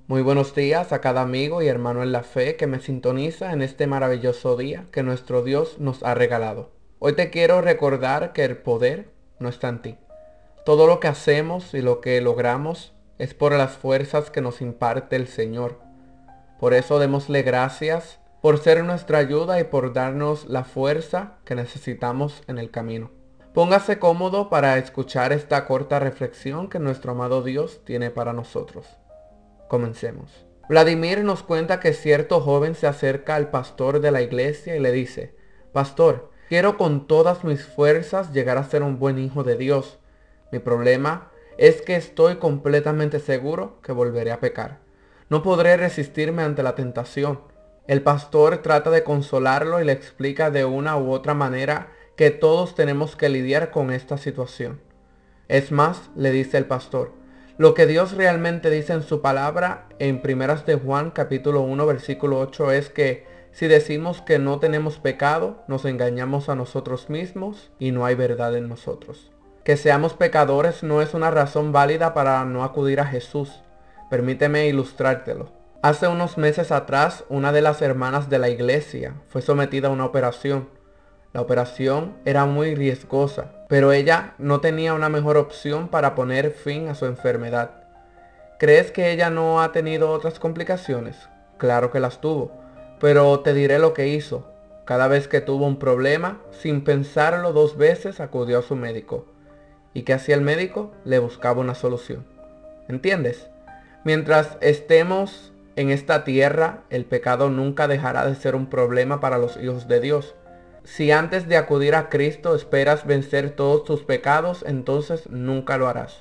Muy buenos días a cada amigo y hermano en la fe que me sintoniza en este maravilloso día que nuestro Dios nos ha regalado. Hoy te quiero recordar que el poder no está en ti. Todo lo que hacemos y lo que logramos es por las fuerzas que nos imparte el Señor. Por eso démosle gracias por ser nuestra ayuda y por darnos la fuerza que necesitamos en el camino. Póngase cómodo para escuchar esta corta reflexión que nuestro amado Dios tiene para nosotros. Comencemos. Vladimir nos cuenta que cierto joven se acerca al pastor de la iglesia y le dice: Pastor, quiero con todas mis fuerzas llegar a ser un buen hijo de Dios. Mi problema es que estoy completamente seguro que volveré a pecar. No podré resistirme ante la tentación. El pastor trata de consolarlo y le explica de una u otra manera que todos tenemos que lidiar con esta situación. Es más, le dice el pastor, lo que Dios realmente dice en su palabra en Primeras de Juan capítulo 1 versículo 8 es que si decimos que no tenemos pecado, nos engañamos a nosotros mismos y no hay verdad en nosotros. Que seamos pecadores no es una razón válida para no acudir a Jesús. Permíteme ilustrártelo. Hace unos meses atrás, una de las hermanas de la iglesia fue sometida a una operación. La operación era muy riesgosa, pero ella no tenía una mejor opción para poner fin a su enfermedad. ¿Crees que ella no ha tenido otras complicaciones? Claro que las tuvo, pero te diré lo que hizo. Cada vez que tuvo un problema, sin pensarlo dos veces, acudió a su médico. ¿Y qué hacía el médico? Le buscaba una solución. ¿Entiendes? Mientras estemos en esta tierra, el pecado nunca dejará de ser un problema para los hijos de Dios. Si antes de acudir a Cristo esperas vencer todos tus pecados, entonces nunca lo harás.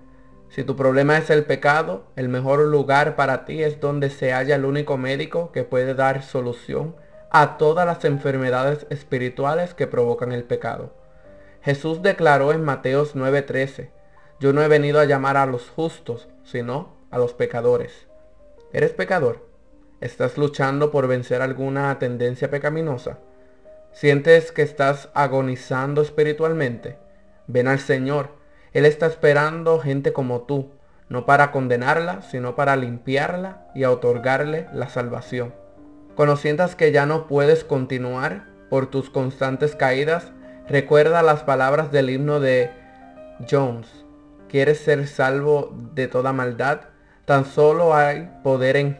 Si tu problema es el pecado, el mejor lugar para ti es donde se halla el único médico que puede dar solución a todas las enfermedades espirituales que provocan el pecado. Jesús declaró en Mateos 9:13, yo no he venido a llamar a los justos, sino a los pecadores. ¿Eres pecador? ¿Estás luchando por vencer alguna tendencia pecaminosa? ¿Sientes que estás agonizando espiritualmente? Ven al Señor. Él está esperando gente como tú, no para condenarla, sino para limpiarla y a otorgarle la salvación. Cuando sientas que ya no puedes continuar por tus constantes caídas, recuerda las palabras del himno de Jones. ¿Quieres ser salvo de toda maldad? Tan solo hay poder en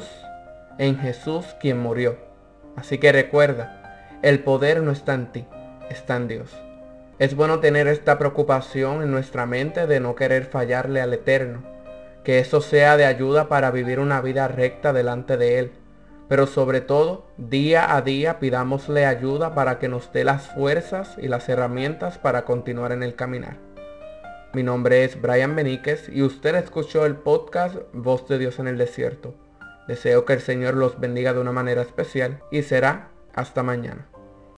Jesús quien murió. Así que recuerda, el poder no está en ti, está en Dios. Es bueno tener esta preocupación en nuestra mente de no querer fallarle al Eterno, que eso sea de ayuda para vivir una vida recta delante de Él. Pero sobre todo, día a día pidámosle ayuda para que nos dé las fuerzas y las herramientas para continuar en el caminar. Mi nombre es Brian Beníquez y usted escuchó el podcast Voz de Dios en el Desierto. Deseo que el Señor los bendiga de una manera especial y será hasta mañana.